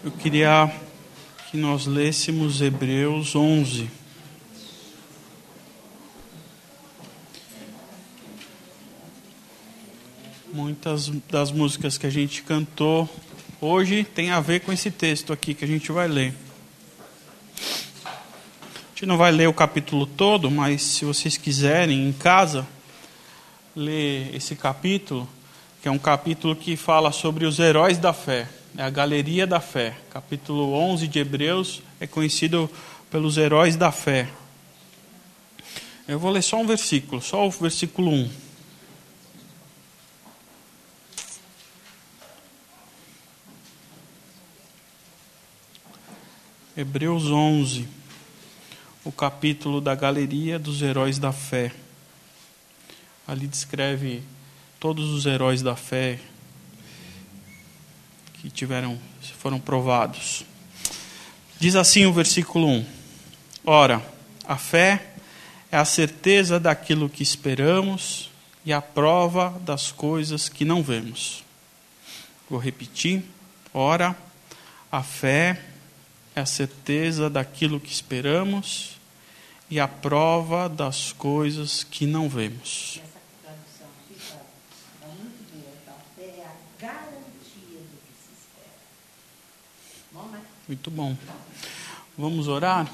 Eu queria que nós lêssemos Hebreus 11. Muitas das músicas que a gente cantou hoje tem a ver com esse texto aqui que a gente vai ler. A gente não vai ler o capítulo todo, mas se vocês quiserem, em casa, ler esse capítulo, que é um capítulo que fala sobre os heróis da fé. É a galeria da fé. Capítulo 11 de Hebreus é conhecido pelos heróis da fé. Eu vou ler só um versículo, só o versículo 1. Hebreus 11, o capítulo da galeria dos heróis da fé. Ali descreve todos os heróis da fé que foram provados. Diz assim o versículo 1: Ora, a fé é a certeza daquilo que esperamos e a prova das coisas que não vemos. Vou repetir. Ora, a fé é a certeza daquilo que esperamos e a prova das coisas que não vemos. Essa tradução fica muito boa. A fé é a garantia do que se espera. Bom, né? Muito bom. Vamos orar?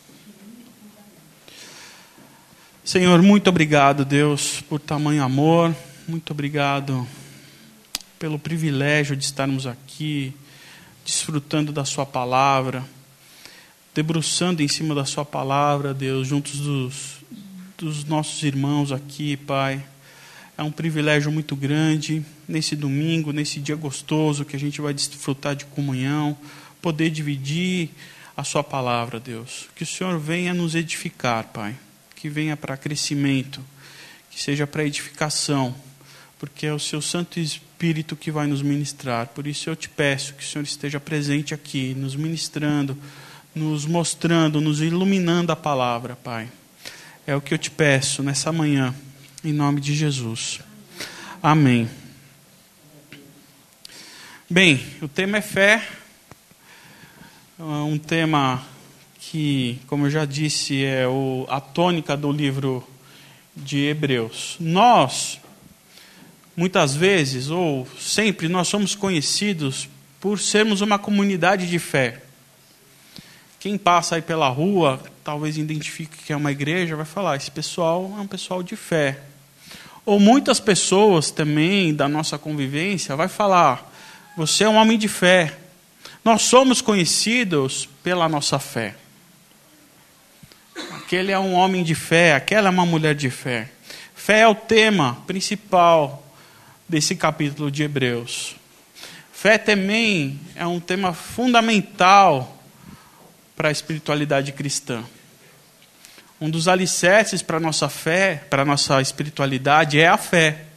Senhor, muito obrigado, Deus, por tamanho amor. Muito obrigado pelo privilégio de estarmos aqui, desfrutando da sua palavra, debruçando em cima da sua palavra, Deus, juntos dos nossos irmãos aqui, Pai. É um privilégio muito grande, nesse domingo, nesse dia gostoso que a gente vai desfrutar de comunhão, poder dividir a sua palavra, Deus. Que o Senhor venha nos edificar, Pai, que venha para crescimento, que seja para edificação, porque é o seu Santo Espírito que vai nos ministrar. Por isso eu te peço que o Senhor esteja presente aqui, nos ministrando, nos mostrando, nos iluminando a palavra, Pai. É o que eu te peço nessa manhã, em nome de Jesus. Amém. Bem, o tema é fé. É um tema que, como eu já disse, é a tônica do livro de Hebreus. Nós, muitas vezes, ou sempre, nós somos conhecidos por sermos uma comunidade de fé. Quem passa aí pela rua, talvez identifique que é uma igreja, vai falar, esse pessoal é um pessoal de fé. Ou muitas pessoas também da nossa convivência vai falar, você é um homem de fé. Nós somos conhecidos pela nossa fé. Aquele é um homem de fé, aquela é uma mulher de fé. Fé é o tema principal desse capítulo de Hebreus. Fé também é um tema fundamental para a espiritualidade cristã. Um dos alicerces para a nossa fé, para a nossa espiritualidade, é a fé.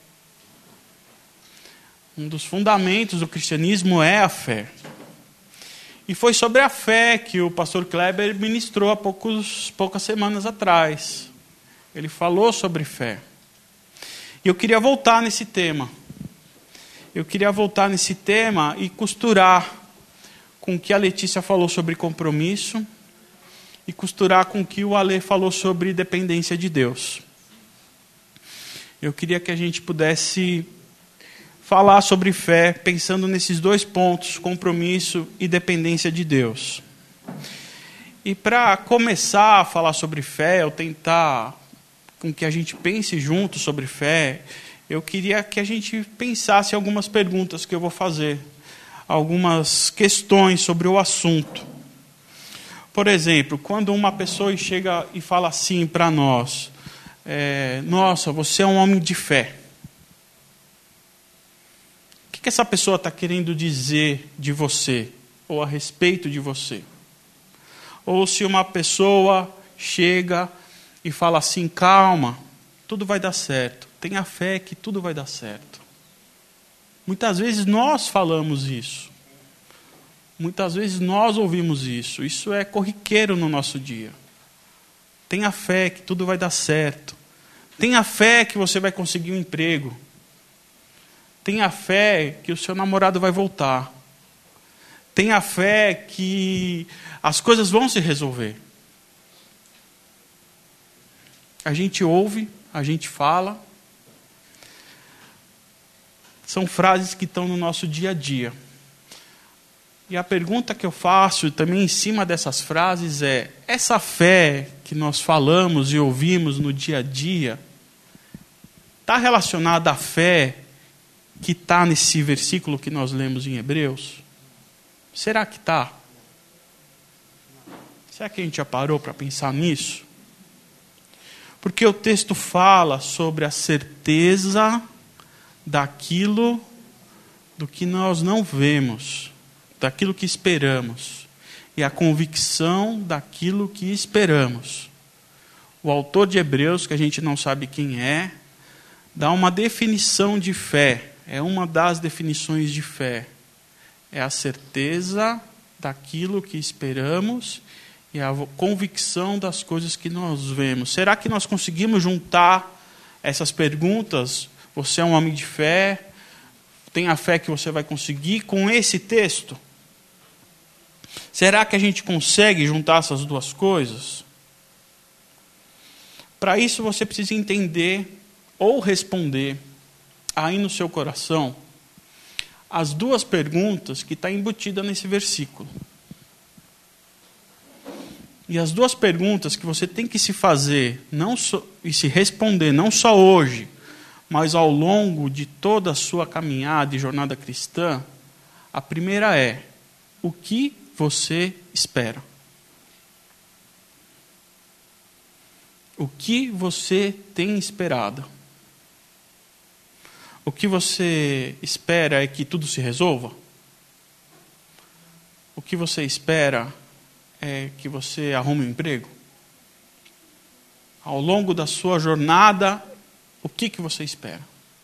Um dos fundamentos do cristianismo é a fé. E foi sobre a fé que o pastor Kleber ministrou há poucas semanas atrás. Ele falou sobre fé. E eu queria voltar nesse tema. Eu queria voltar nesse tema e costurar com o que a Letícia falou sobre compromisso e costurar com o que o Ale falou sobre dependência de Deus. Eu queria que a gente pudesse falar sobre fé pensando nesses dois pontos, compromisso e dependência de Deus. E para começar a falar sobre fé, ou tentar com que a gente pense junto sobre fé, eu queria que a gente pensasse em algumas perguntas que eu vou fazer, algumas questões sobre o assunto. Por exemplo, quando uma pessoa chega e fala assim para nós, nossa, você é um homem de fé. O que essa pessoa está querendo dizer de você, ou a respeito de você? Ou se uma pessoa chega e fala assim, calma, tudo vai dar certo, tenha fé que tudo vai dar certo. Muitas vezes nós falamos isso. Muitas vezes nós ouvimos isso. Isso é corriqueiro no nosso dia. Tenha fé que tudo vai dar certo. Tenha fé que você vai conseguir um emprego. Tenha fé que o seu namorado vai voltar. Tenha fé que as coisas vão se resolver. A gente ouve, a gente fala. São frases que estão no nosso dia a dia. E a pergunta que eu faço também em cima dessas frases é: essa fé que nós falamos e ouvimos no dia a dia está relacionada à fé que está nesse versículo que nós lemos em Hebreus? Será que está? Será que a gente já parou para pensar nisso? Porque o texto fala sobre a certeza daquilo do que nós não vemos, daquilo que esperamos, e a convicção daquilo que esperamos. O autor de Hebreus, que a gente não sabe quem é, dá uma definição de fé. É uma das definições de fé. É a certeza daquilo que esperamos e a convicção das coisas que nós vemos. Será que nós conseguimos juntar essas perguntas? Você é um homem de fé? Tem a fé que você vai conseguir com esse texto? Será que a gente consegue juntar essas duas coisas? Para isso você precisa entender ou responder aí no seu coração as duas perguntas que está embutida nesse versículo. E as duas perguntas que você tem que se fazer e se responder, não só hoje, mas ao longo de toda a sua caminhada e jornada cristã. A primeira é: o que você espera? O que você tem esperado? O que você espera é que tudo se resolva? O que você espera é que você arrume um emprego? Ao longo da sua jornada, o que você espera?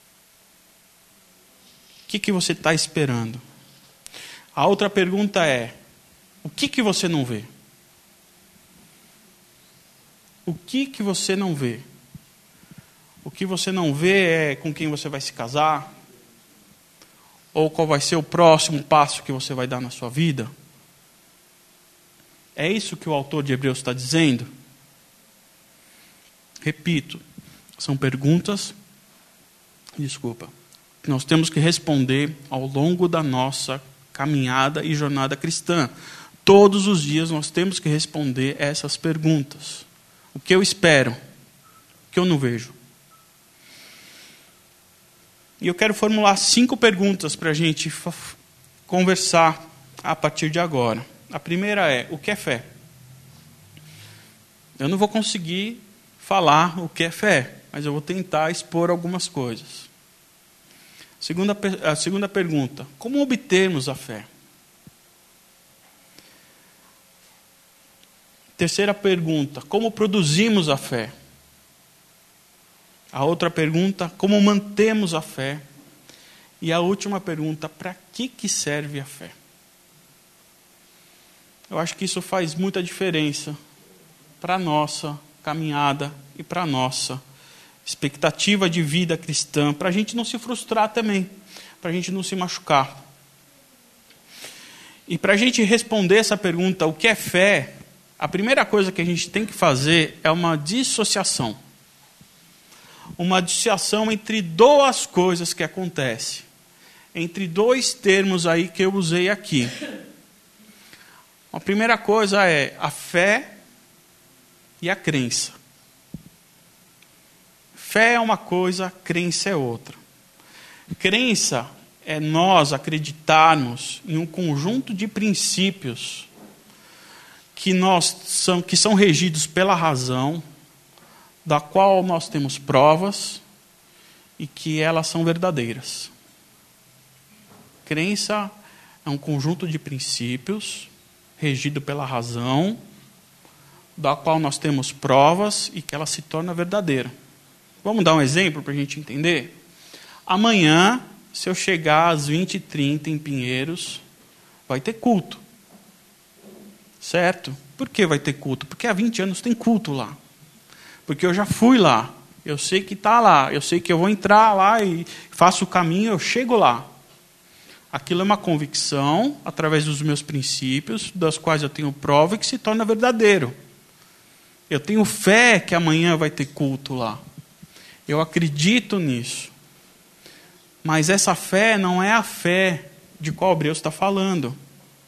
O que você está esperando? A outra pergunta é: o que você não vê? O que você não vê? O que você não vê é com quem você vai se casar? Ou qual vai ser o próximo passo que você vai dar na sua vida? É isso que o autor de Hebreus está dizendo? Repito, são perguntas, que nós temos que responder ao longo da nossa caminhada e jornada cristã. Todos os dias nós temos que responder essas perguntas. O que eu espero? O que eu não vejo? E eu quero formular 5 perguntas para a gente conversar a partir de agora. A primeira é: o que é fé? Eu não vou conseguir falar o que é fé, mas eu vou tentar expor algumas coisas. A segunda pergunta: como obtermos a fé? Terceira pergunta: como produzimos a fé? A outra pergunta: como mantemos a fé? E a última pergunta: para que serve a fé? Eu acho que isso faz muita diferença para a nossa caminhada e para a nossa expectativa de vida cristã, para a gente não se frustrar também, para a gente não se machucar. E para a gente responder essa pergunta, o que é fé, a primeira coisa que a gente tem que fazer é uma dissociação. Uma dissociação entre duas coisas que acontecem. Entre dois termos aí que eu usei aqui. A primeira coisa é a fé e a crença. Fé é uma coisa, crença é outra. Crença é nós acreditarmos em um conjunto de princípios que são regidos pela razão, da qual nós temos provas e que elas são verdadeiras. Crença é um conjunto de princípios regido pela razão, da qual nós temos provas e que ela se torna verdadeira. Vamos dar um exemplo para a gente entender? Amanhã, se eu chegar às 20h30 em Pinheiros, vai ter culto. Certo? Por que vai ter culto? Porque há 20 anos tem culto lá. Porque eu já fui lá. Eu sei que está lá. Eu sei que eu vou entrar lá e faço o caminho, eu chego lá. Aquilo é uma convicção, através dos meus princípios, das quais eu tenho prova e que se torna verdadeiro. Eu tenho fé que amanhã vai ter culto lá. Eu acredito nisso. Mas essa fé não é a fé de qual Hebreus está falando.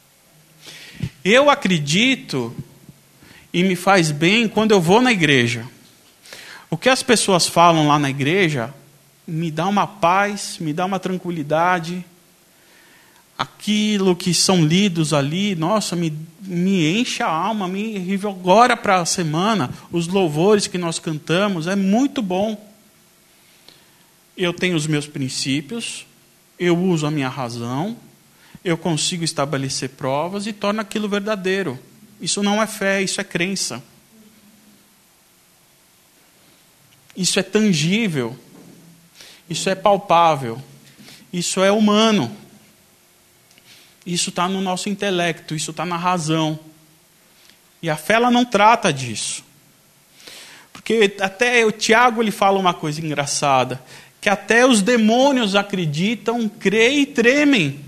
Eu acredito e me faz bem quando eu vou na igreja. O que as pessoas falam lá na igreja me dá uma paz, me dá uma tranquilidade. Aquilo que são lidos ali, nossa, me enche a alma, me revigora para a semana. Os louvores que nós cantamos, é muito bom. Eu tenho os meus princípios, eu uso a minha razão, eu consigo estabelecer provas e torno aquilo verdadeiro. Isso não é fé, isso é crença. Isso é tangível. Isso é palpável. Isso é humano. Isso está no nosso intelecto, isso está na razão. E a fé ela não trata disso. Porque até o Tiago ele fala uma coisa engraçada, que até os demônios acreditam, creem e tremem.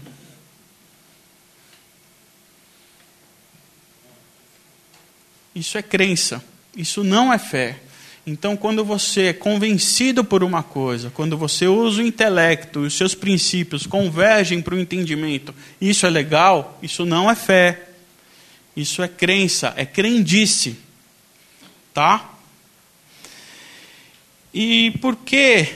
Isso é crença, isso não é fé. Então, quando você é convencido por uma coisa, quando você usa o intelecto, os seus princípios convergem para o entendimento, isso é legal, isso não é fé. Isso é crença, é crendice. Tá? E por quê?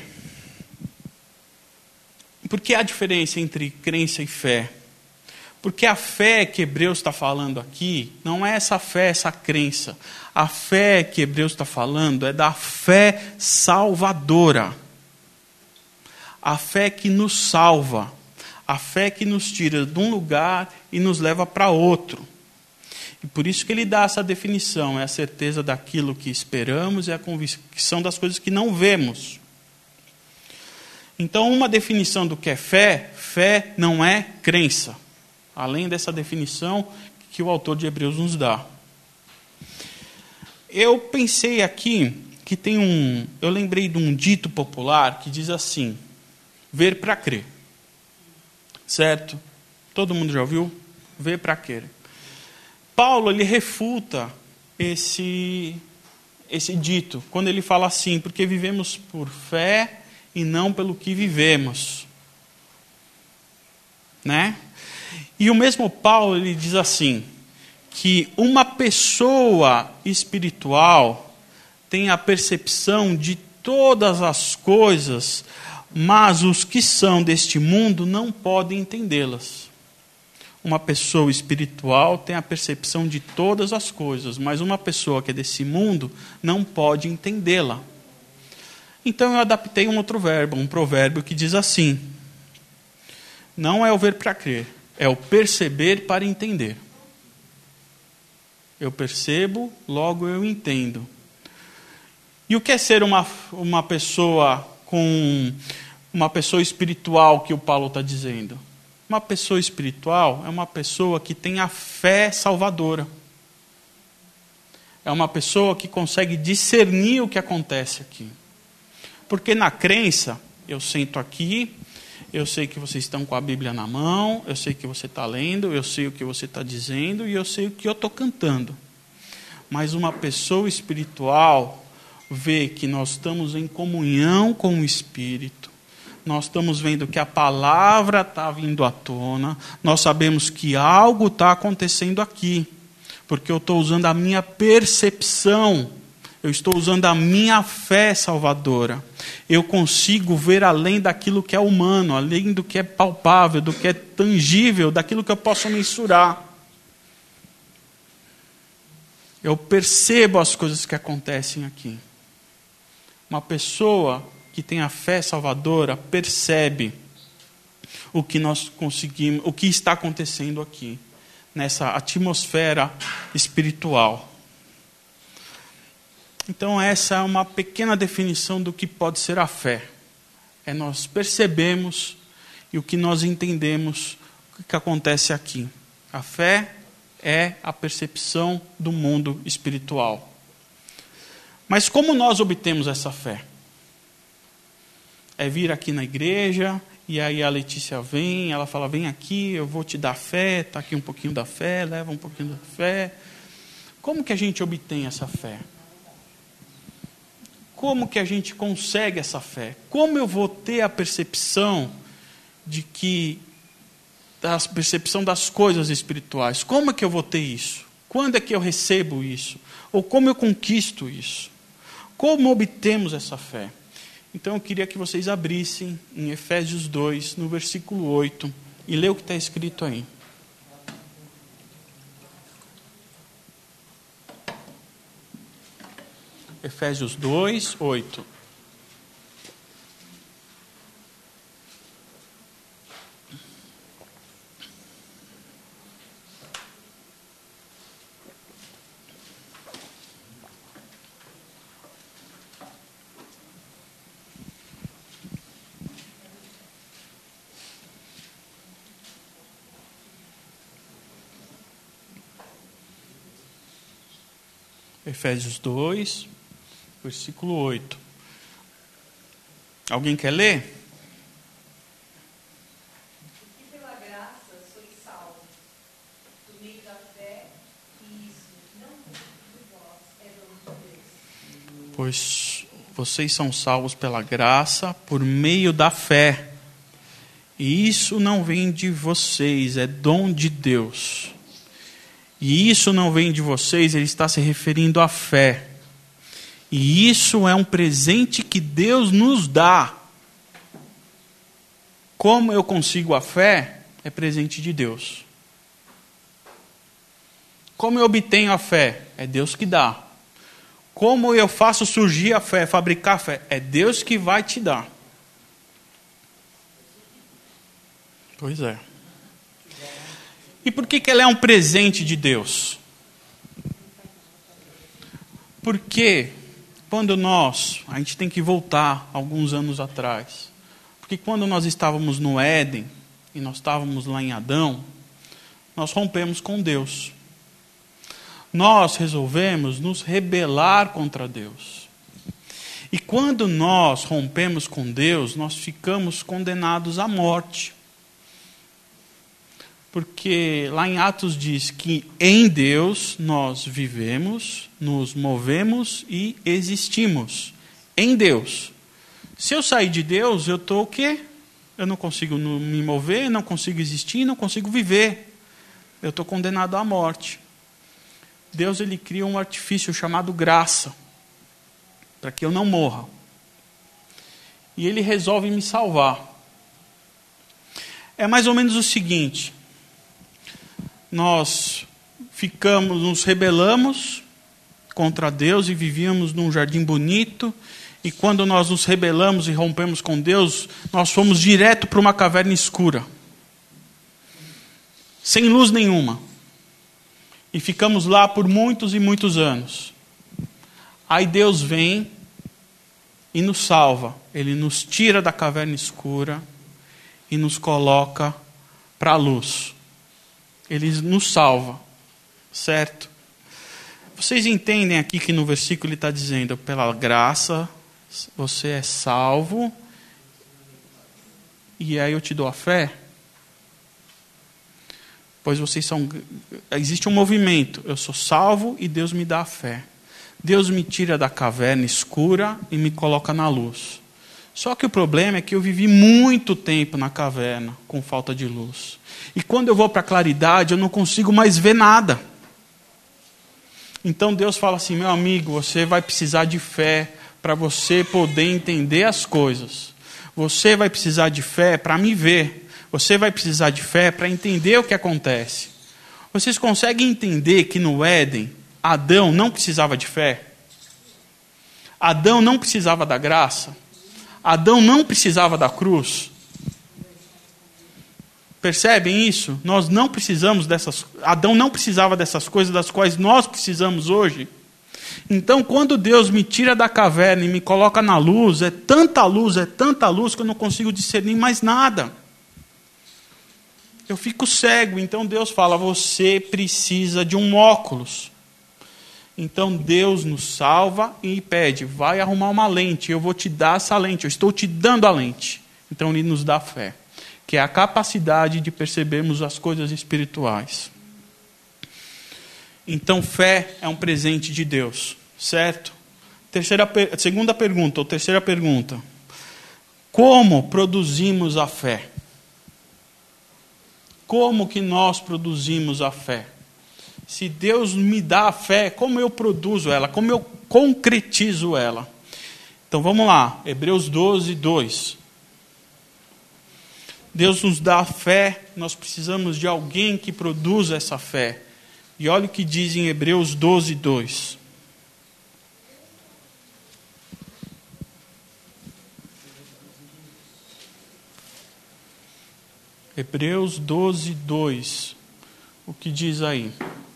Por que a diferença entre crença e fé? Porque a fé que Hebreus está falando aqui, não é essa fé, essa crença. A fé que Hebreus está falando é da fé salvadora. A fé que nos salva. A fé que nos tira de um lugar e nos leva para outro. E por isso que ele dá essa definição. É a certeza daquilo que esperamos e a convicção das coisas que não vemos. Então, uma definição do que é fé, fé não é crença. Além dessa definição que o autor de Hebreus nos dá. Eu pensei aqui que eu lembrei de um dito popular que diz assim, ver para crer. Certo? Todo mundo já ouviu? Ver para crer. Paulo, ele refuta esse dito, quando ele fala assim, porque vivemos por fé e não pelo que vivemos. Né? E o mesmo Paulo, ele diz assim, que uma pessoa espiritual tem a percepção de todas as coisas, mas os que são deste mundo não podem entendê-las. Uma pessoa espiritual tem a percepção de todas as coisas, mas uma pessoa que é desse mundo não pode entendê-la. Então eu adaptei um outro verbo, um provérbio que diz assim, não é o ver para crer, é o perceber para entender. Eu percebo, logo eu entendo. E o que é ser uma pessoa uma pessoa espiritual que o Paulo está dizendo? Uma pessoa espiritual é uma pessoa que tem a fé salvadora. É uma pessoa que consegue discernir o que acontece aqui. Porque na crença, eu sento aqui, eu sei que vocês estão com a Bíblia na mão, eu sei que você está lendo, eu sei o que você está dizendo e eu sei o que eu estou cantando. Mas uma pessoa espiritual vê que nós estamos em comunhão com o Espírito, nós estamos vendo que a palavra está vindo à tona, nós sabemos que algo está acontecendo aqui, porque eu estou usando a minha percepção, eu estou usando a minha fé salvadora. Eu consigo ver além daquilo que é humano, além do que é palpável, do que é tangível, daquilo que eu posso mensurar. Eu percebo as coisas que acontecem aqui. Uma pessoa que tem a fé salvadora percebe o que nós conseguimos, o que está acontecendo aqui, nessa atmosfera espiritual. Então essa é uma pequena definição do que pode ser a fé. É nós percebemos e o que nós entendemos o que acontece aqui. A fé é a percepção do mundo espiritual. Mas como nós obtemos essa fé? É vir aqui na igreja E aí a Letícia vem, ela fala, vem aqui, eu vou te dar fé, está aqui um pouquinho da fé, leva um pouquinho da fé. Como que a gente obtém essa fé? Como que a gente consegue essa fé? Como eu vou ter a percepção percepção das coisas espirituais? Como é que eu vou ter isso? Quando é que eu recebo isso? Ou como eu conquisto isso? Como obtemos essa fé? Então eu queria que vocês abrissem em Efésios 2, no versículo 8, e lê o que está escrito aí. Efésios 2, 8. Efésios 2, versículo 8. Alguém quer ler? Porque pela graça sois salvos, do meio da fé, e isso não de vós, é dom de Deus. Pois vocês são salvos pela graça por meio da fé. E isso não vem de vocês, é dom de Deus. E isso não vem de vocês, ele está se referindo à fé. E isso é um presente que Deus nos dá. Como eu consigo a fé? É presente de Deus. Como eu obtenho a fé? É Deus que dá. Como eu faço surgir a fé, fabricar a fé? É Deus que vai te dar. Pois é. E por que ela é um presente de Deus? Porque quando a gente tem que voltar alguns anos atrás. Porque quando nós estávamos no Éden, e nós estávamos lá em Adão, nós rompemos com Deus. Nós resolvemos nos rebelar contra Deus. E quando nós rompemos com Deus, nós ficamos condenados à morte. Porque lá em Atos diz que em Deus nós vivemos, nos movemos e existimos. Em Deus. Se eu sair de Deus, eu estou o quê? Eu não consigo me mover, não consigo existir, não consigo viver. Eu estou condenado à morte. Deus ele cria um artifício chamado graça, para que eu não morra. E ele resolve me salvar. É mais ou menos o seguinte: nós nos rebelamos contra Deus e vivíamos num jardim bonito, e quando nós nos rebelamos e rompemos com Deus, nós fomos direto para uma caverna escura, sem luz nenhuma, e ficamos lá por muitos e muitos anos. Aí Deus vem e nos salva, Ele nos tira da caverna escura e nos coloca para a luz. Ele nos salva, certo? Vocês entendem aqui que no versículo ele está dizendo, pela graça você é salvo, e aí eu te dou a fé? Pois existe um movimento, eu sou salvo e Deus me dá a fé. Deus me tira da caverna escura e me coloca na luz. Só que o problema é que eu vivi muito tempo na caverna, com falta de luz. E quando eu vou para a claridade, eu não consigo mais ver nada. Então Deus fala assim, meu amigo, você vai precisar de fé para você poder entender as coisas. Você vai precisar de fé para me ver. Você vai precisar de fé para entender o que acontece. Vocês conseguem entender que no Éden, Adão não precisava de fé? Adão não precisava da graça? Adão não precisava da cruz? Percebem isso? Nós não precisamos Adão não precisava dessas coisas das quais nós precisamos hoje. Então, quando Deus me tira da caverna e me coloca na luz, é tanta luz que eu não consigo discernir mais nada. Eu fico cego. Então Deus fala, você precisa de um óculos. Então Deus nos salva e pede, vai arrumar uma lente, eu vou te dar essa lente, eu estou te dando a lente. Então Ele nos dá fé. que é a capacidade de percebermos as coisas espirituais. Então, fé é um presente de Deus, certo? Segunda pergunta, ou terceira pergunta. Como produzimos a fé? Como que nós produzimos a fé? Se Deus me dá a fé, como eu produzo ela? Como eu concretizo ela? Então vamos lá, Hebreus 12, 2. Deus nos dá a fé, nós precisamos de alguém que produza essa fé. E olha o que diz em Hebreus 12, 2. Hebreus 12, 2. O que diz aí?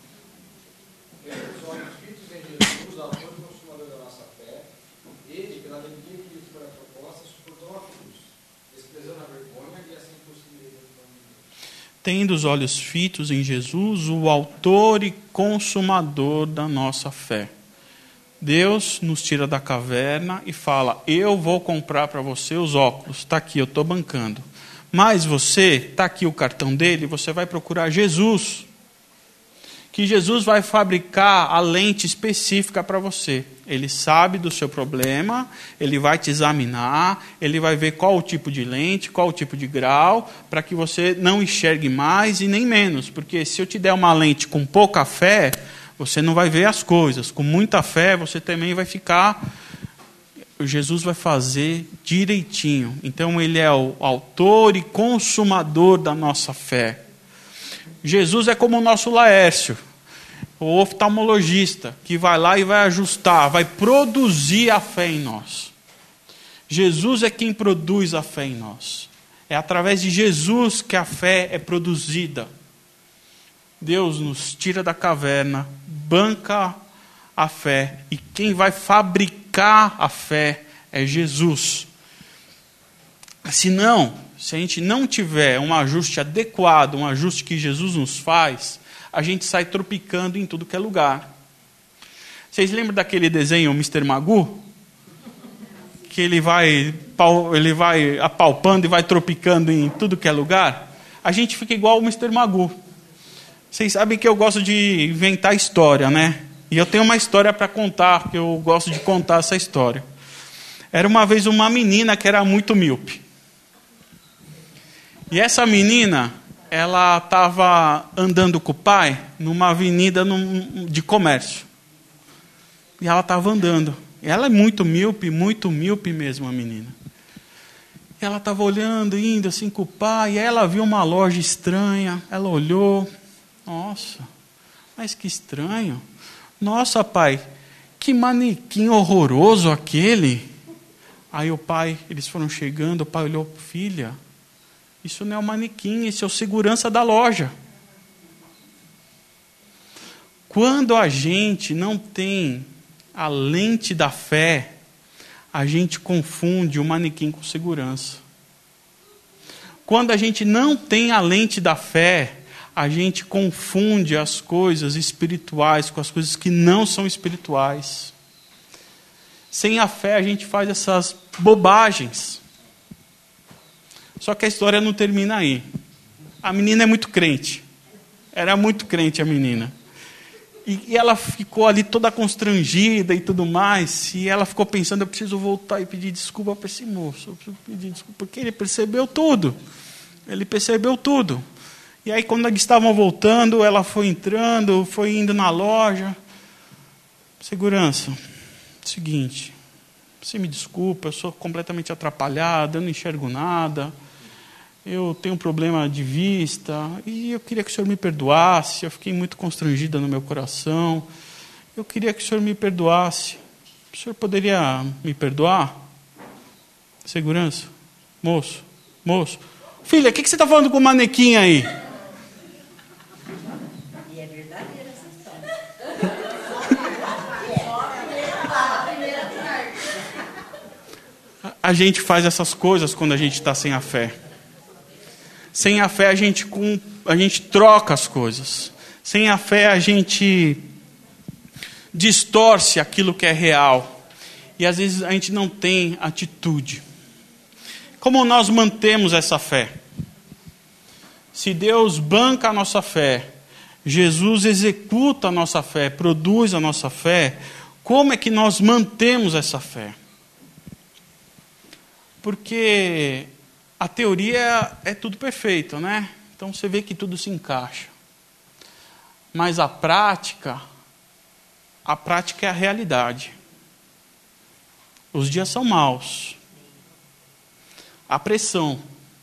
Os olhos fitos em Jesus, autor e consumador da nossa fé, ele, pela alegria que lhe fora proposta, suportou a cruz, desprezando a vergonha e assim conseguiu. Tendo os olhos fitos em Jesus, o autor e consumador da nossa fé. Deus nos tira da caverna e fala: eu vou comprar para você os óculos, está aqui, eu estou bancando. Mas você, está aqui o cartão dele, você vai procurar Jesus. Que Jesus vai fabricar a lente específica para você. Ele sabe do seu problema, ele vai te examinar, ele vai ver qual o tipo de lente, qual o tipo de grau, para que você não enxergue mais e nem menos. Porque se eu te der uma lente com pouca fé, você não vai ver as coisas. Com muita fé, você também vai ficar... Jesus vai fazer direitinho. Então ele é o autor e consumador da nossa fé. Jesus é como o nosso Laércio, o oftalmologista, que vai lá e vai ajustar, vai produzir a fé em nós. Jesus é quem produz a fé em nós. É através de Jesus que a fé é produzida. Deus nos tira da caverna, banca a fé, e quem vai fabricar a fé é Jesus. Senão, se a gente não tiver um ajuste adequado, um ajuste que Jesus nos faz, a gente sai tropicando em tudo que é lugar. Vocês lembram daquele desenho, o Mr. Magoo? Que ele vai apalpando e vai tropicando em tudo que é lugar? A gente fica igual o Mr. Magoo. Vocês sabem que eu gosto de inventar história, né? E eu tenho uma história para contar, que eu gosto de contar essa história. Era uma vez uma menina que era muito míope. E essa menina, ela estava andando com o pai numa avenida de comércio. E ela estava andando. E ela é muito míope mesmo, a menina. E ela estava olhando, indo assim com o pai, e aí ela viu uma loja estranha. Ela olhou, nossa, mas que estranho. Nossa, pai, que manequim horroroso aquele. Aí o pai, eles foram chegando, o pai olhou: filha, isso não é um manequim, isso é o segurança da loja. Quando a gente não tem a lente da fé, a gente confunde o manequim com segurança. Quando a gente não tem a lente da fé, a gente confunde as coisas espirituais com as coisas que não são espirituais. Sem a fé a gente faz essas bobagens. Só que a história não termina aí. A menina é muito crente. Era muito crente a menina. E ela ficou ali toda constrangida e tudo mais. E ela ficou pensando: eu preciso voltar e pedir desculpa para esse moço. Eu preciso pedir desculpa, porque ele percebeu tudo. Ele percebeu tudo. E aí, quando eles estavam voltando, ela foi entrando, foi indo na loja. Segurança, seguinte, você me desculpa, eu sou completamente atrapalhada, eu não enxergo nada, eu tenho um problema de vista, e eu queria que o senhor me perdoasse, eu fiquei muito constrangida no meu coração, eu queria que o senhor me perdoasse. O senhor poderia me perdoar? Segurança, moço, filha, o que você está falando com o manequim aí? A gente faz essas coisas quando a gente está sem a fé. Sem a fé a gente troca as coisas. Sem a fé a gente distorce aquilo que é real. E às vezes a gente não tem atitude. Como nós mantemos essa fé? Se Deus banca a nossa fé, Jesus executa a nossa fé, produz a nossa fé, como é que nós mantemos essa fé? Porque a teoria é tudo perfeito, né? Então você vê que tudo se encaixa. Mas a prática é a realidade. Os dias são maus. A pressão.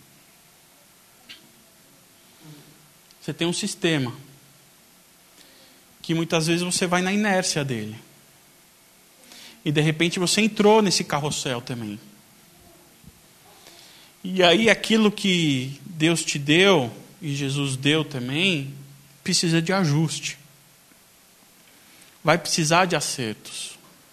Você tem um sistema que muitas vezes você vai na inércia dele. E de repente você entrou nesse carrossel também. E aí aquilo que Deus te deu, e Jesus deu também, precisa de ajuste. Vai precisar de acertos.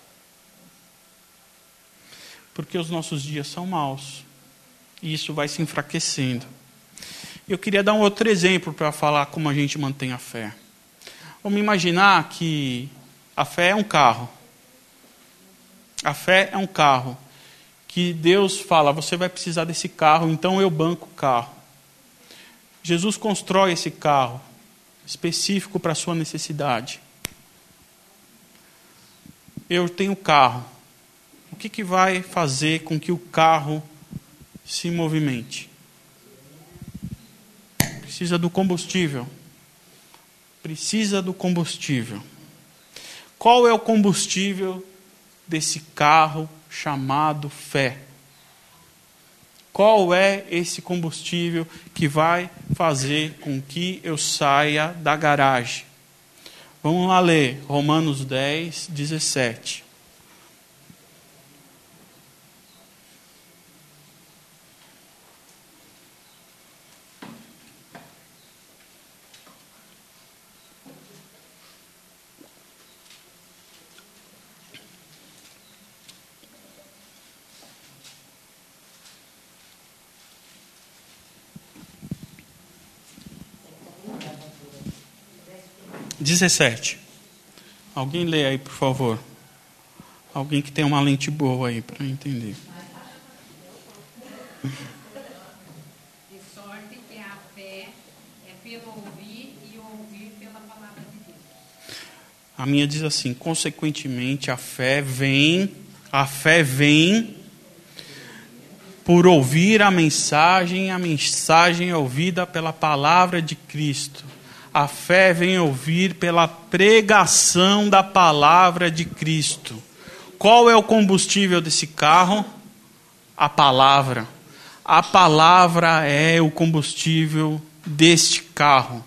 Porque os nossos dias são maus. E isso vai se enfraquecendo. Eu queria dar um outro exemplo para falar como a gente mantém a fé. Vamos imaginar que a fé é um carro. A fé é um carro. Que Deus fala, você vai precisar desse carro, então eu banco o carro. Jesus constrói esse carro específico para a sua necessidade. Eu tenho carro. O que vai fazer com que o carro se movimente? Precisa do combustível. Precisa do combustível. Qual é o combustível desse carro chamado fé? Qual é esse combustível que vai fazer com que eu saia da garagem? Vamos lá ler Romanos 10, 17. Alguém lê aí, por favor. Alguém que tem uma lente boa aí para entender. De sorte que a fé é pelo ouvir e ouvir pela palavra de Deus. A minha diz assim, consequentemente, a fé vem por ouvir a mensagem é ouvida pela palavra de Cristo. A fé vem ouvir pela pregação da palavra de Cristo. Qual é o combustível desse carro? A palavra. A palavra é o combustível deste carro.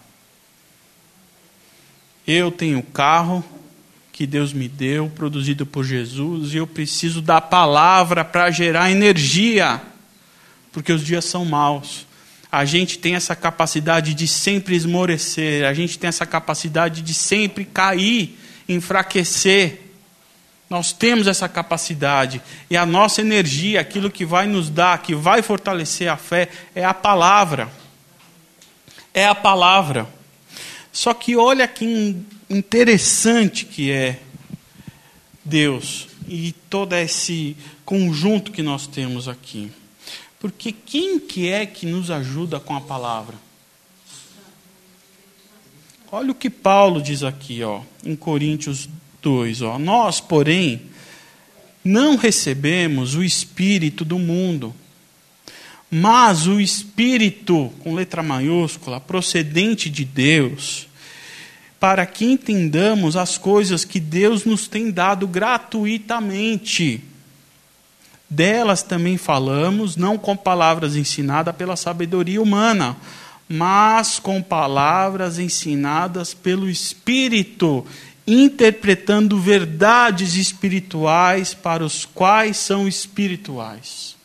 Eu tenho carro que Deus me deu, produzido por Jesus, e eu preciso da palavra para gerar energia, porque os dias são maus. A gente tem essa capacidade de sempre esmorecer, a gente tem essa capacidade de sempre cair, enfraquecer. Nós temos essa capacidade, e a nossa energia, aquilo que vai nos dar, que vai fortalecer a fé, é a palavra. É a palavra. Só que olha que interessante que é Deus e todo esse conjunto que nós temos aqui. Porque quem que é que nos ajuda com a palavra? Olha o que Paulo diz aqui, em Coríntios 2. Nós, porém, não recebemos o Espírito do mundo, mas o Espírito, com letra maiúscula, procedente de Deus, para que entendamos as coisas que Deus nos tem dado gratuitamente. Delas também falamos, não com palavras ensinadas pela sabedoria humana, mas com palavras ensinadas pelo Espírito, interpretando verdades espirituais para os quais são espirituais.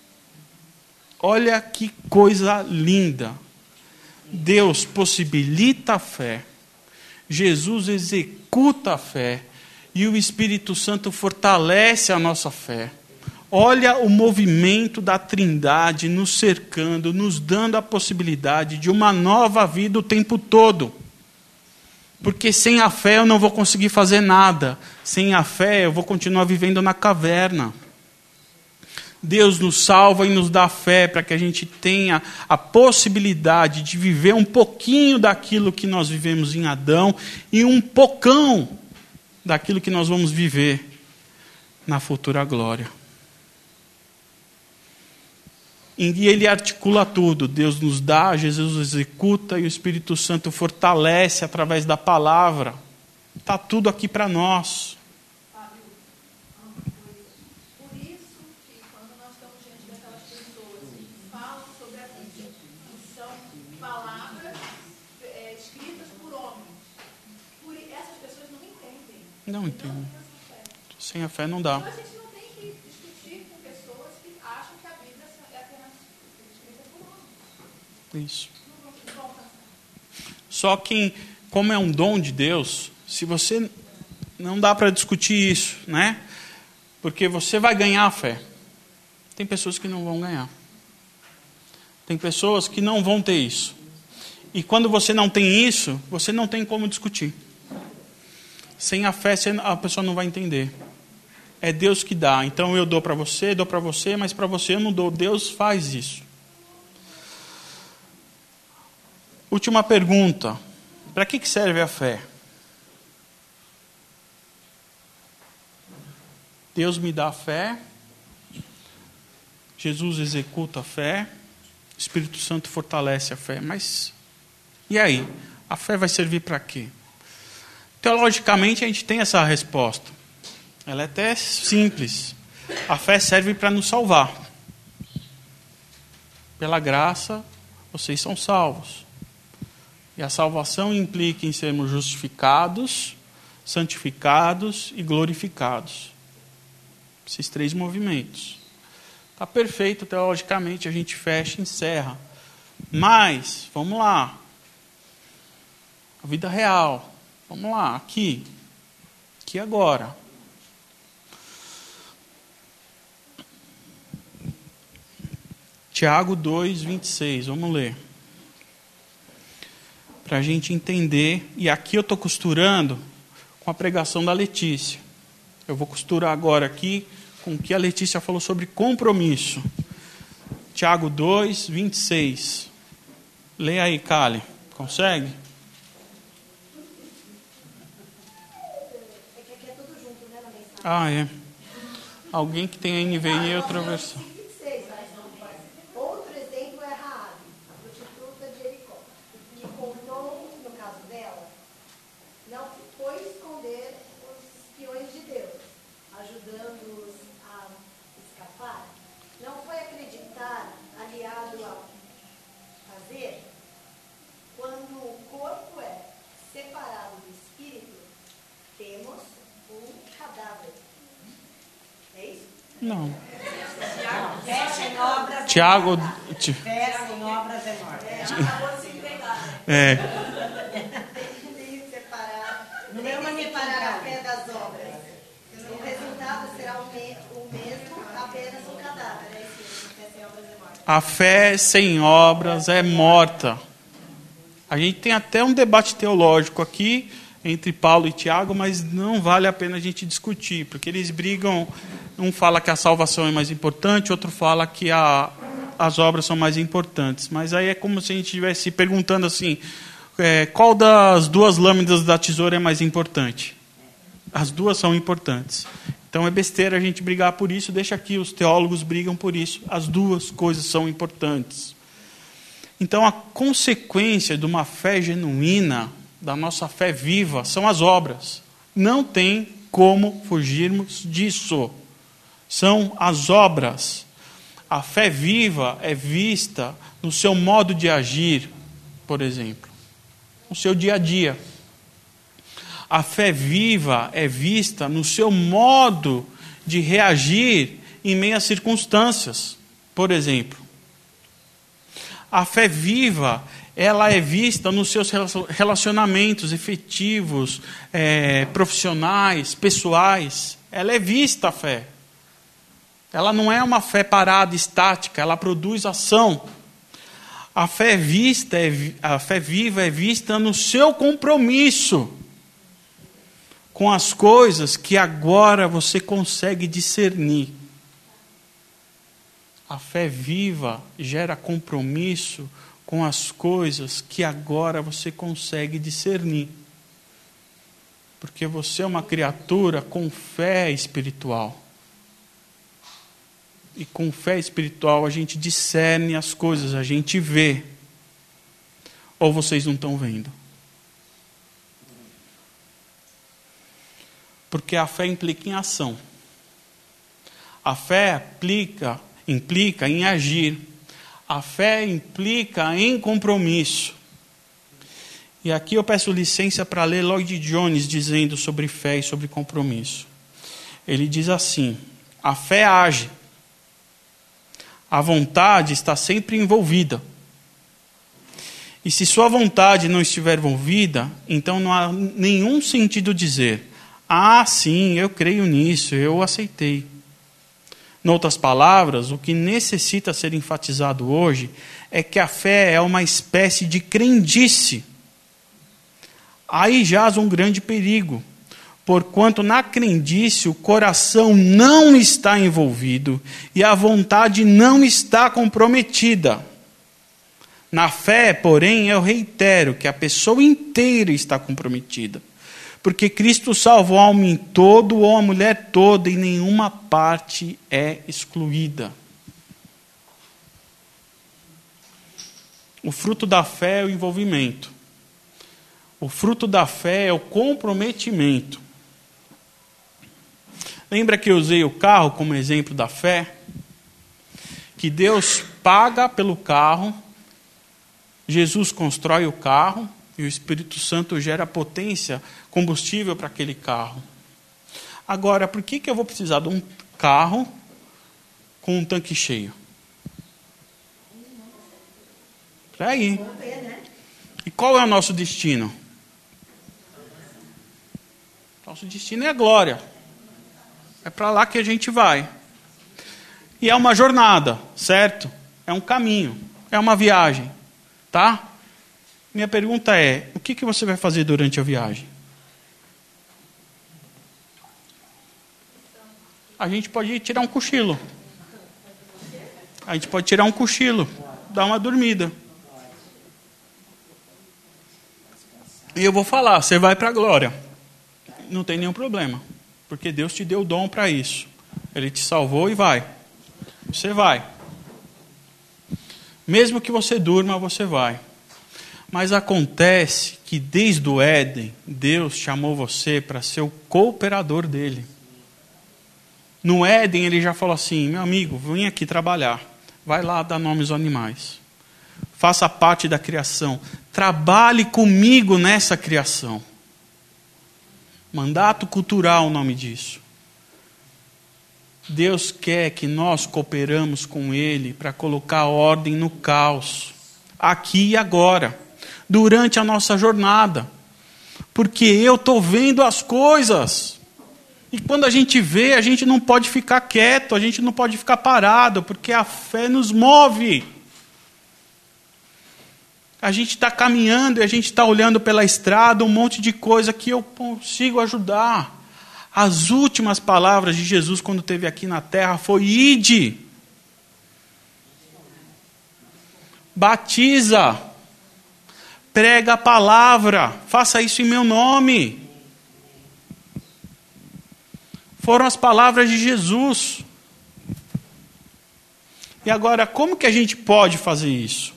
Olha que coisa linda. Deus possibilita a fé, Jesus executa a fé, e o Espírito Santo fortalece a nossa fé. Olha o movimento da Trindade nos cercando, nos dando a possibilidade de uma nova vida o tempo todo. Porque sem a fé eu não vou conseguir fazer nada. Sem a fé eu vou continuar vivendo na caverna. Deus nos salva e nos dá fé para que a gente tenha a possibilidade de viver um pouquinho daquilo que nós vivemos em Adão e um pocão daquilo que nós vamos viver na futura glória. E Ele articula tudo. Deus nos dá, Jesus executa e o Espírito Santo fortalece através da palavra. Está tudo aqui para nós. Fábio, uma coisa. Por isso que quando nós estamos diante daquelas pessoas que falam sobre a Bíblia, que são palavras escritas por homens, essas pessoas não entendem. Não entendo. Não têm essa fé. Sem a fé não dá. Então a gente não tem que discutir com pessoas que acham que a Bíblia é apenas escrita por homens. Isso. Não vão alcançar. Só que, como é um dom de Deus, se você não dá para discutir isso, né? Porque você vai ganhar a fé. Tem pessoas que não vão ganhar. Tem pessoas que não vão ter isso. E quando você não tem isso, você não tem como discutir. Sem a fé, a pessoa não vai entender. É Deus que dá. Então eu dou para você, mas para você eu não dou. Deus faz isso. Última pergunta. Para que serve a fé? Deus me dá a fé. Jesus executa a fé. O Espírito Santo fortalece a fé. Mas, e aí? A fé vai servir para quê? Teologicamente a gente tem essa resposta. Ela é até simples. A fé serve para nos salvar. Pela graça, vocês são salvos. E a salvação implica em sermos justificados, santificados e glorificados. Esses 3 movimentos. Está perfeito teologicamente, a gente fecha e encerra. Mas, vamos lá. A vida real. Vamos lá, aqui. Aqui agora. Tiago 2, 26. Vamos ler. Para a gente entender. E aqui eu estou costurando com a pregação da Letícia. Eu vou costurar agora aqui com o que a Letícia falou sobre compromisso. Tiago 2, 26. Leia aí, Kali. Consegue? É que aqui é tudo junto, né, na mensagem. Ah, é. Alguém que tem a NVI e outra versão. 26, outro exemplo é Raabe, a prostituta de Jericó, que contou, no caso dela, não foi esconder os espiões de Deus, ajudando-os a escapar, não foi acreditar, aliado a fazer, quando o corpo é separado do espírito, temos um cadáver. É isso? Não. Fé em obras Tiago. Fé em obras é morte. Acabou de se entregar. É. Tem que separar, Não tem é uma que separar a mentira. fé das obras. O resultado será o mesmo, apenas um cadáver. É isso, fé sem obras é morte. A fé sem obras é morta. A gente tem até um debate teológico aqui entre Paulo e Tiago, mas não vale a pena a gente discutir, porque eles brigam. Um fala que a salvação é mais importante, outro fala que as obras são mais importantes. Mas aí é como se a gente estivesse perguntando assim, qual das 2 lâminas da tesoura é mais importante? As 2 são importantes. Então é besteira a gente brigar por isso, deixa aqui, os teólogos brigam por isso. As 2 coisas são importantes. Então a consequência de uma fé genuína, da nossa fé viva, são as obras. Não tem como fugirmos disso. São as obras. A fé viva é vista no seu modo de agir, por exemplo, no seu dia a dia. A fé viva é vista no seu modo de reagir em meio às circunstâncias, por exemplo. A fé viva, ela é vista nos seus relacionamentos efetivos, profissionais, pessoais. Ela é vista a fé. Ela não é uma fé parada, estática, ela produz ação. A fé viva é vista no seu compromisso com as coisas que agora você consegue discernir. A fé viva gera compromisso com as coisas que agora você consegue discernir. Porque você é uma criatura com fé espiritual. E com fé espiritual a gente discerne as coisas, a gente vê. Ou vocês não estão vendo? Porque a fé implica em ação. A fé implica em agir. A fé implica em compromisso. E aqui eu peço licença para ler Lloyd Jones dizendo sobre fé e sobre compromisso. Ele diz assim: a fé age. A vontade está sempre envolvida. E se sua vontade não estiver envolvida, então não há nenhum sentido dizer: ah, sim, eu creio nisso, eu aceitei. Em outras palavras, o que necessita ser enfatizado hoje é que a fé é uma espécie de crendice. Aí jaz um grande perigo, porquanto na crendice o coração não está envolvido e a vontade não está comprometida. Na fé, porém, eu reitero que a pessoa inteira está comprometida. Porque Cristo salvou o homem todo ou a mulher toda e nenhuma parte é excluída. O fruto da fé é o envolvimento. O fruto da fé é o comprometimento. Lembra que eu usei o carro como exemplo da fé? Que Deus paga pelo carro, Jesus constrói o carro, e o Espírito Santo gera potência, combustível para aquele carro. Agora, por que eu vou precisar de um carro com um tanque cheio? Para ir. E qual é o nosso destino? Nosso destino é a glória. É para lá que a gente vai. E é uma jornada, certo? É um caminho, é uma viagem, tá? Minha pergunta é: o que você vai fazer durante a viagem? A gente pode tirar um cochilo. A gente pode tirar um cochilo, dar uma dormida. E eu vou falar, você vai para a glória. Não tem nenhum problema, porque Deus te deu o dom para isso. Ele te salvou e vai. Você vai. Mesmo que você durma, você vai. Mas acontece que desde o Éden, Deus chamou você para ser o cooperador dele. No Éden ele já falou assim: meu amigo, vem aqui trabalhar. Vai lá dar nome aos animais. Faça parte da criação. Trabalhe comigo nessa criação. Mandato cultural, o nome disso. Deus quer que nós cooperamos com Ele para colocar ordem no caos. Aqui e agora. Durante a nossa jornada. Porque eu estou vendo as coisas. E quando a gente vê, a gente não pode ficar quieto, a gente não pode ficar parado, porque a fé nos move. A gente está caminhando e a gente está olhando pela estrada um monte de coisa que eu consigo ajudar. As últimas palavras de Jesus quando esteve aqui na terra foi: ide. Batiza. Prega a palavra. Faça isso em meu nome. Foram as palavras de Jesus. E agora, como que a gente pode fazer isso?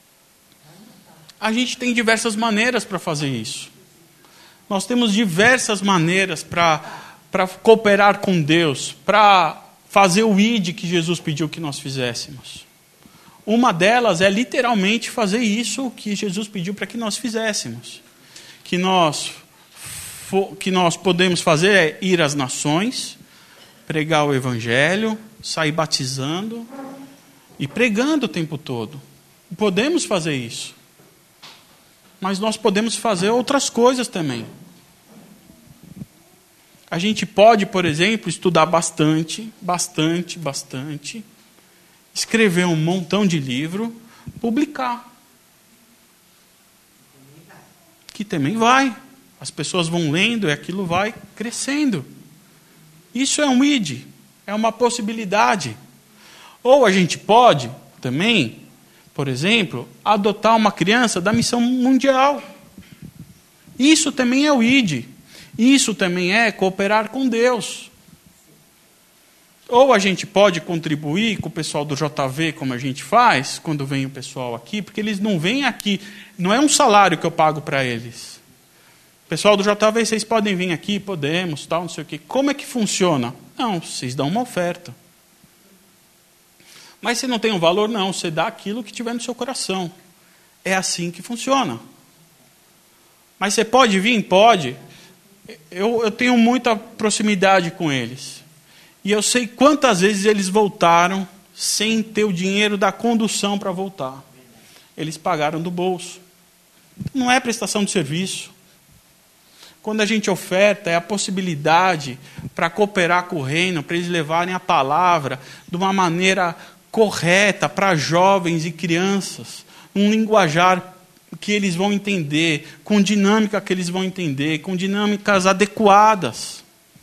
A gente tem diversas maneiras para fazer isso. Nós temos diversas maneiras para cooperar com Deus, para fazer o ID que Jesus pediu que nós fizéssemos. Uma delas é literalmente fazer isso que Jesus pediu para que nós fizéssemos. Que nós podemos fazer é ir às nações, pregar o evangelho, sair batizando e pregando o tempo todo. Podemos fazer isso. Mas nós podemos fazer outras coisas também. A gente pode, por exemplo, estudar bastante, escrever um montão de livro, publicar. Que também vai. As pessoas vão lendo e aquilo vai crescendo. Isso é um ID, é uma possibilidade. Ou a gente pode também, por exemplo, adotar uma criança da missão mundial. Isso também é o ID. Isso também é cooperar com Deus. Ou a gente pode contribuir com o pessoal do JV, como a gente faz, quando vem o pessoal aqui, porque eles não vêm aqui, não é um salário que eu pago para eles. Pessoal do JV, vocês podem vir aqui? Podemos, tal, não sei o quê. Como é que funciona? Não, vocês dão uma oferta. Mas se não tem um valor, não, você dá aquilo que tiver no seu coração. É assim que funciona. Mas você pode vir? Pode. Eu tenho muita proximidade com eles. E eu sei quantas vezes eles voltaram sem ter o dinheiro da condução para voltar. Eles pagaram do bolso. Não é prestação de serviço. Quando a gente oferta, é a possibilidade para cooperar com o reino, para eles levarem a palavra de uma maneira correta para jovens e crianças, um linguajar que eles vão entender, com dinâmica que eles vão entender, com dinâmicas adequadas.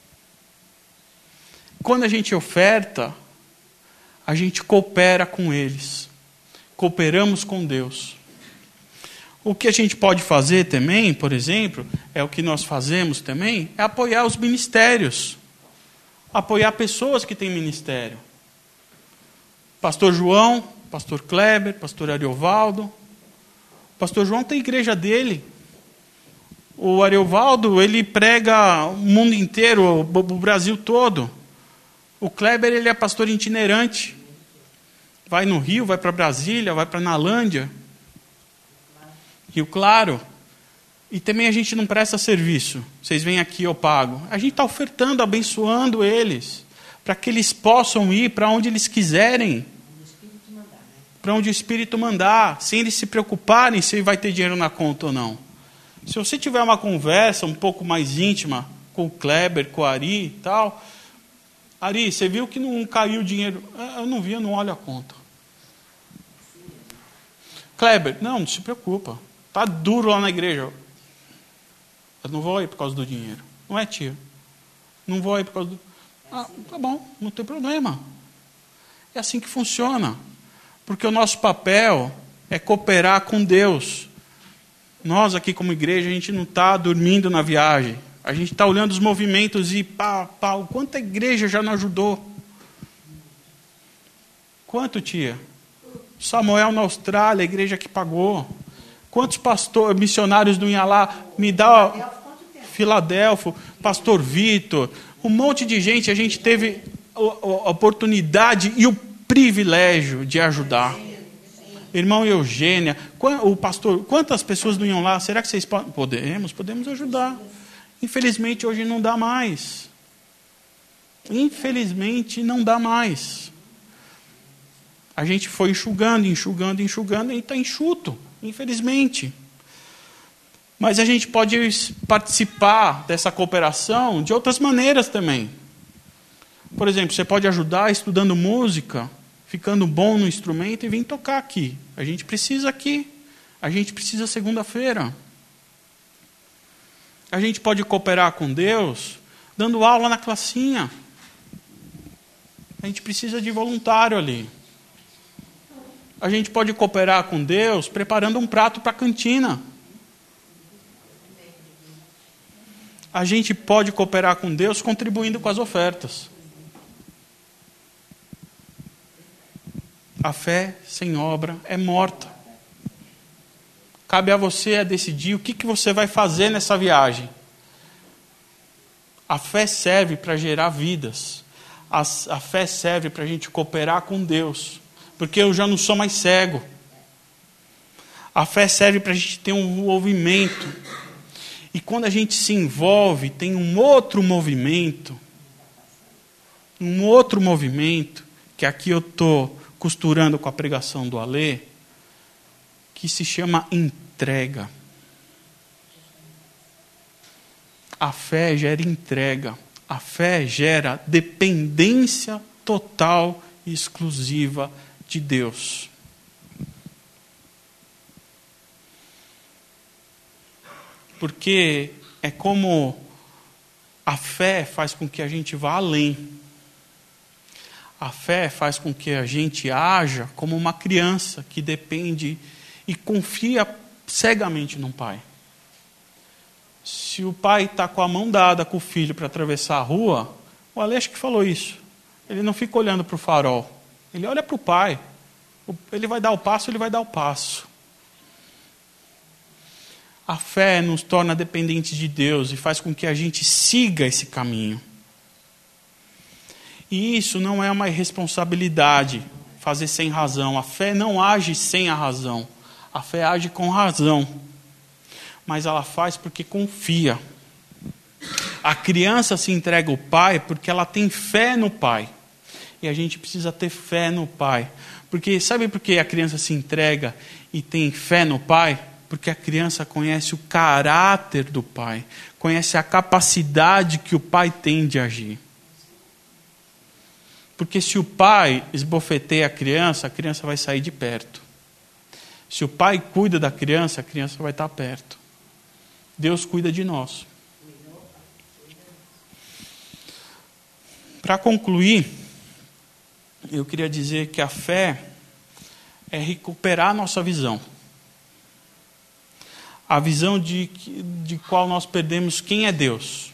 Quando a gente oferta, a gente coopera com eles. Cooperamos com Deus. O que a gente pode fazer também, por exemplo, é o que nós fazemos também, é apoiar os ministérios. Apoiar pessoas que têm ministério. Pastor João, Pastor Kleber, Pastor Ariovaldo. Pastor João tem a igreja dele. O Ariovaldo, ele prega o mundo inteiro, o Brasil todo. O Kleber, ele é pastor itinerante. Vai no Rio, vai para Brasília, vai para Nalândia. Rio Claro. E também a gente não presta serviço. Vocês vêm aqui, eu pago. A gente está ofertando, abençoando eles, para que eles possam ir para onde eles quiserem. Para onde o Espírito mandar, sem eles se preocuparem se vai ter dinheiro na conta ou não. Se você tiver uma conversa um pouco mais íntima com o Kleber, com o Ari e tal, Ari, você viu que não caiu o dinheiro? Eu não vi, eu não olho a conta. Kleber, não se preocupa. Está duro lá na igreja. Eu não vou ir por causa do dinheiro. Não é, tio? Não vou ir por causa do... Ah, tá bom, não tem problema. É assim que funciona. Porque o nosso papel é cooperar com Deus. Nós aqui como igreja, a gente não está dormindo na viagem. A gente está olhando os movimentos e o quanto a igreja já não ajudou. Quanto, tia? Samuel na Austrália, a igreja que pagou. Quantos pastores, missionários não iam lá? Me dá Filadélfia, pastor Vitor. Um monte de gente, a gente teve a oportunidade e o privilégio de ajudar. Irmão Eugênia, o pastor, quantas pessoas não iam lá? Será que vocês podem? Podemos ajudar. Infelizmente hoje não dá mais. Infelizmente não dá mais. A gente foi enxugando e está enxuto, infelizmente. Mas a gente pode participar dessa cooperação de outras maneiras também. Por exemplo, você pode ajudar estudando música, ficando bom no instrumento e vir tocar aqui. A gente precisa aqui. A gente precisa segunda-feira. A gente pode cooperar com Deus dando aula na classinha. A gente precisa de voluntário ali. A gente pode cooperar com Deus preparando um prato para a cantina. A gente pode cooperar com Deus contribuindo com as ofertas. A fé sem obra é morta. Cabe a você decidir o que você vai fazer nessa viagem. A fé serve para gerar vidas. A fé serve para a gente cooperar com Deus. Porque eu já não sou mais cego. A fé serve para a gente ter um envolvimento. E quando a gente se envolve, tem um outro movimento. Que aqui eu estou costurando com a pregação do Alê, que se chama entrega. A fé gera entrega. A fé gera dependência total e exclusiva de Deus. Porque é como a fé faz com que a gente vá além. A fé faz com que a gente haja como uma criança que depende e confia cegamente no pai. Se o pai está com a mão dada com o filho para atravessar a rua, o Aleixo que falou isso. Ele não fica olhando para o farol. Ele olha para o pai. Ele vai dar o passo, ele vai dar o passo. A fé nos torna dependentes de Deus e faz com que a gente siga esse caminho. E isso não é uma irresponsabilidade, fazer sem razão. A fé não age sem a razão. A fé age com razão. Mas ela faz porque confia. A criança se entrega ao pai porque ela tem fé no pai. E a gente precisa ter fé no pai. Porque sabe por que a criança se entrega e tem fé no pai? Porque a criança conhece o caráter do pai. Conhece a capacidade que o pai tem de agir. Porque se o pai esbofeteia a criança vai sair de perto. Se o pai cuida da criança, a criança vai estar perto. Deus cuida de nós. Para concluir, eu queria dizer que a fé é recuperar a nossa visão. A visão de qual nós perdemos quem é Deus.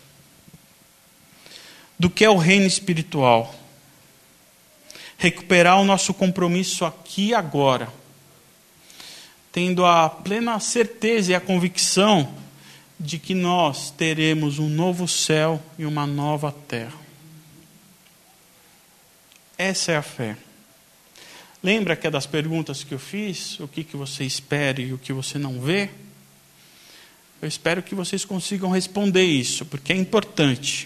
Do que é o reino espiritual. Recuperar o nosso compromisso aqui e agora. Tendo a plena certeza e a convicção de que nós teremos um novo céu e uma nova terra. Essa é a fé. Lembra que é das perguntas que eu fiz? O que você espera e o que você não vê? Eu espero que vocês consigam responder isso, porque é importante.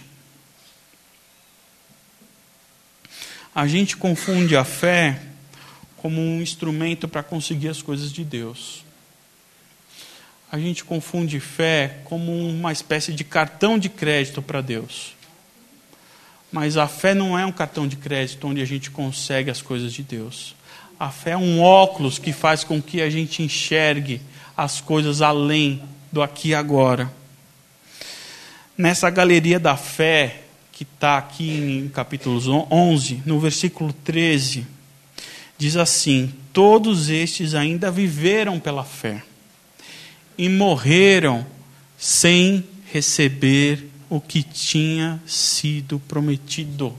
A gente confunde a fé como um instrumento para conseguir as coisas de Deus. A gente confunde fé como uma espécie de cartão de crédito para Deus. Mas a fé não é um cartão de crédito onde a gente consegue as coisas de Deus. A fé é um óculos que faz com que a gente enxergue as coisas além do aqui e agora. Nessa galeria da fé, que está aqui em capítulo 11, no versículo 13, diz assim: todos estes ainda viveram pela fé e morreram sem receber o que tinha sido prometido.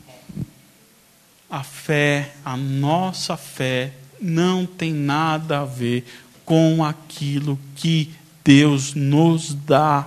A fé, a nossa fé, não tem nada a ver com aquilo que Deus nos dá.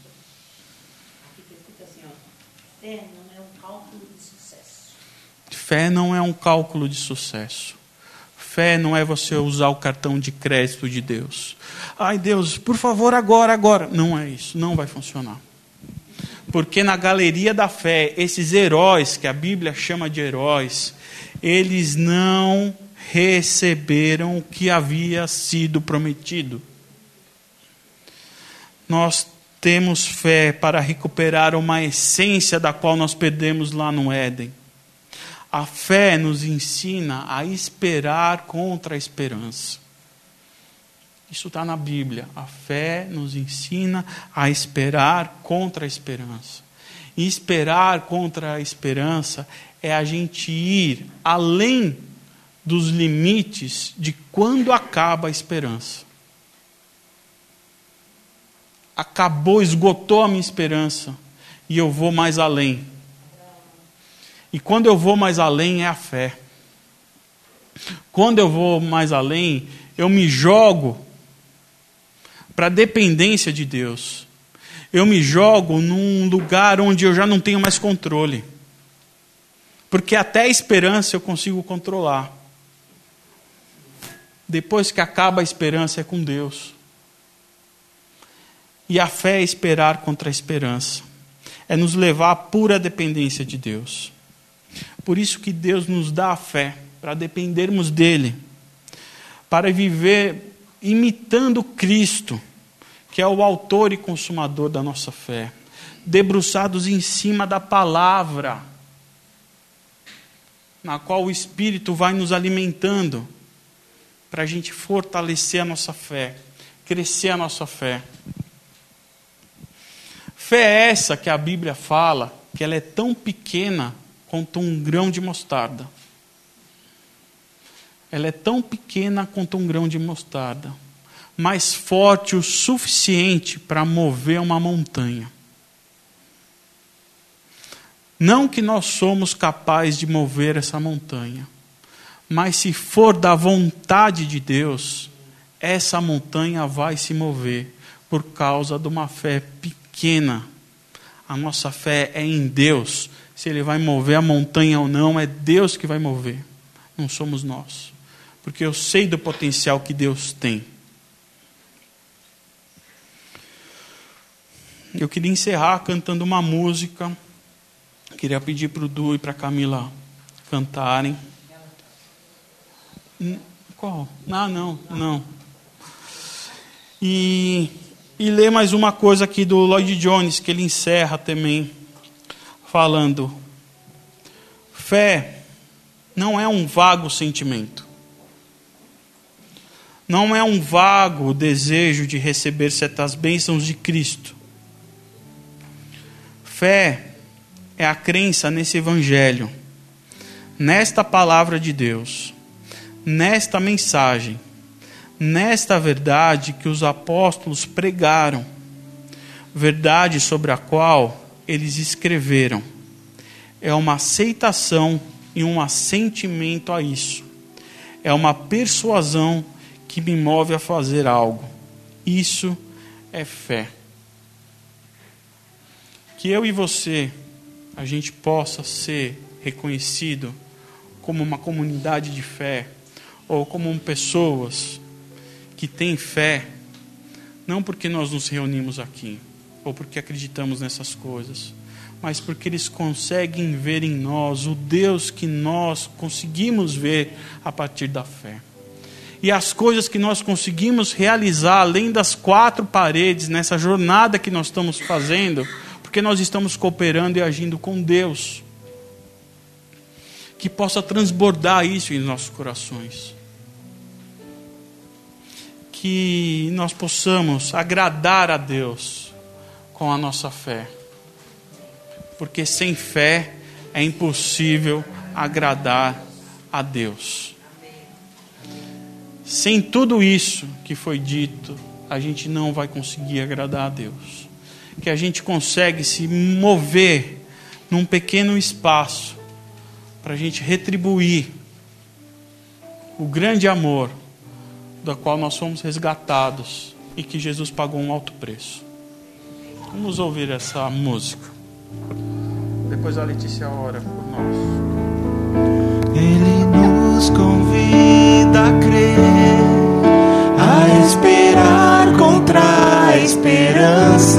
Fé não é um cálculo de sucesso. Fé não é um cálculo de sucesso. Fé não é você usar o cartão de crédito de Deus. Ai Deus, por favor, agora. Não é isso, não vai funcionar. Porque na galeria da fé, esses heróis, que a Bíblia chama de heróis, eles não receberam o que havia sido prometido. Nós temos fé para recuperar uma essência da qual nós perdemos lá no Éden. A fé nos ensina a esperar contra a esperança. Isso está na Bíblia. A fé nos ensina a esperar contra a esperança. E esperar contra a esperança é a gente ir além dos limites de quando acaba a esperança. Acabou, esgotou a minha esperança e eu vou mais além. E quando eu vou mais além é a fé. Quando eu vou mais além, eu me jogo para a dependência de Deus. Eu me jogo num lugar onde eu já não tenho mais controle. Porque até a esperança eu consigo controlar. Depois que acaba a esperança é com Deus. E a fé é esperar contra a esperança. É nos levar à pura dependência de Deus. Por isso que Deus nos dá a fé, para dependermos dEle. Para viver imitando Cristo, que é o autor e consumador da nossa fé. Debruçados em cima da palavra, na qual o Espírito vai nos alimentando, para a gente fortalecer a nossa fé, crescer a nossa fé. Fé é essa que a Bíblia fala, que ela é tão pequena quanto um grão de mostarda. Ela é tão pequena quanto um grão de mostarda, mas forte o suficiente para mover uma montanha. Não que nós somos capazes de mover essa montanha, mas se for da vontade de Deus, essa montanha vai se mover por causa de uma fé pequena. A nossa fé é em Deus. Se Ele vai mover a montanha ou não, é Deus que vai mover, não somos nós. Porque eu sei do potencial que Deus tem. Eu queria encerrar cantando uma música. Queria pedir para o Du e para a Camila cantarem. Qual? Não. E ler mais uma coisa aqui do Lloyd Jones, que ele encerra também, falando: fé não é um vago sentimento. Não é um vago desejo de receber certas bênçãos de Cristo. Fé é a crença nesse Evangelho, nesta palavra de Deus, nesta mensagem, nesta verdade que os apóstolos pregaram, verdade sobre a qual eles escreveram. É uma aceitação e um assentimento a isso. É uma persuasão que me move a fazer algo. Isso é fé. Que eu e você, a gente possa ser reconhecido como uma comunidade de fé, ou como pessoas que têm fé, não porque nós nos reunimos aqui, ou porque acreditamos nessas coisas, mas porque eles conseguem ver em nós o Deus que nós conseguimos ver a partir da fé. E as coisas que nós conseguimos realizar além das 4 paredes, nessa jornada que nós estamos fazendo, porque nós estamos cooperando e agindo com Deus. Que possa transbordar isso em nossos corações. Que nós possamos agradar a Deus com a nossa fé. Porque sem fé é impossível agradar a Deus. Sem tudo isso que foi dito, a gente não vai conseguir agradar a Deus. Que a gente consegue se mover num pequeno espaço para a gente retribuir o grande amor da qual nós fomos resgatados e que Jesus pagou um alto preço. Vamos ouvir essa música. Depois a Letícia ora por nós. Ele nos convida a crer, a esperar contra a esperança,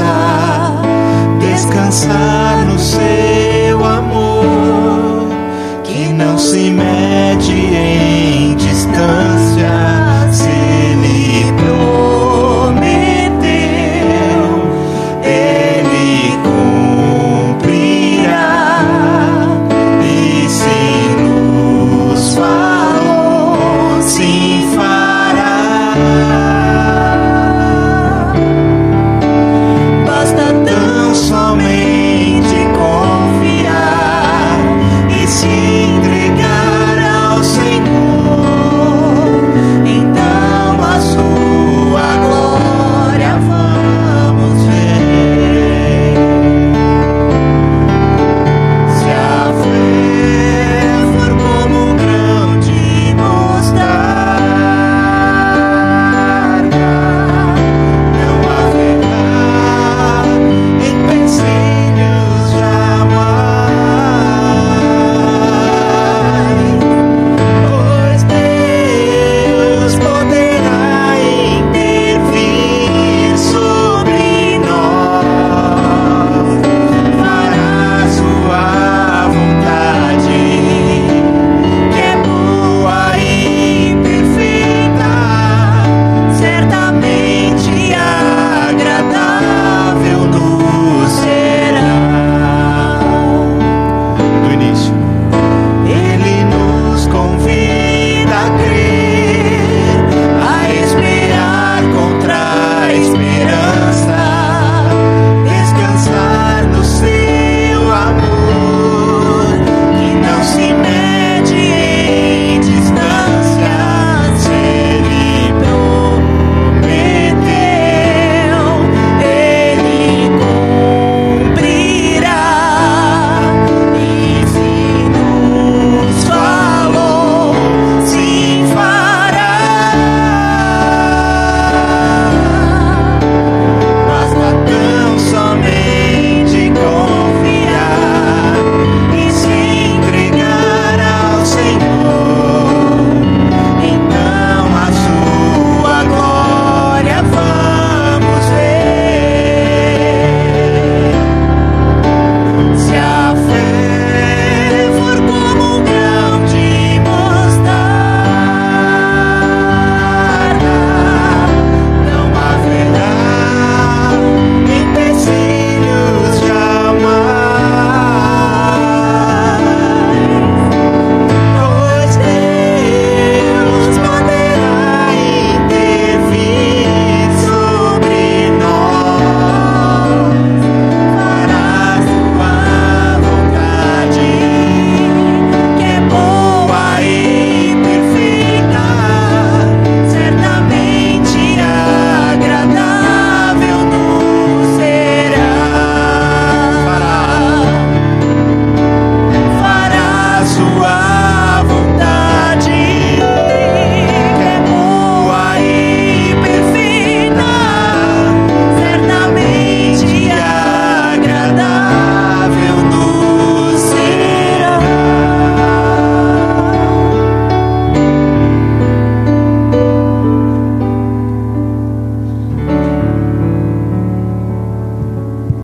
descansar no seu amor, que não se mede em distância.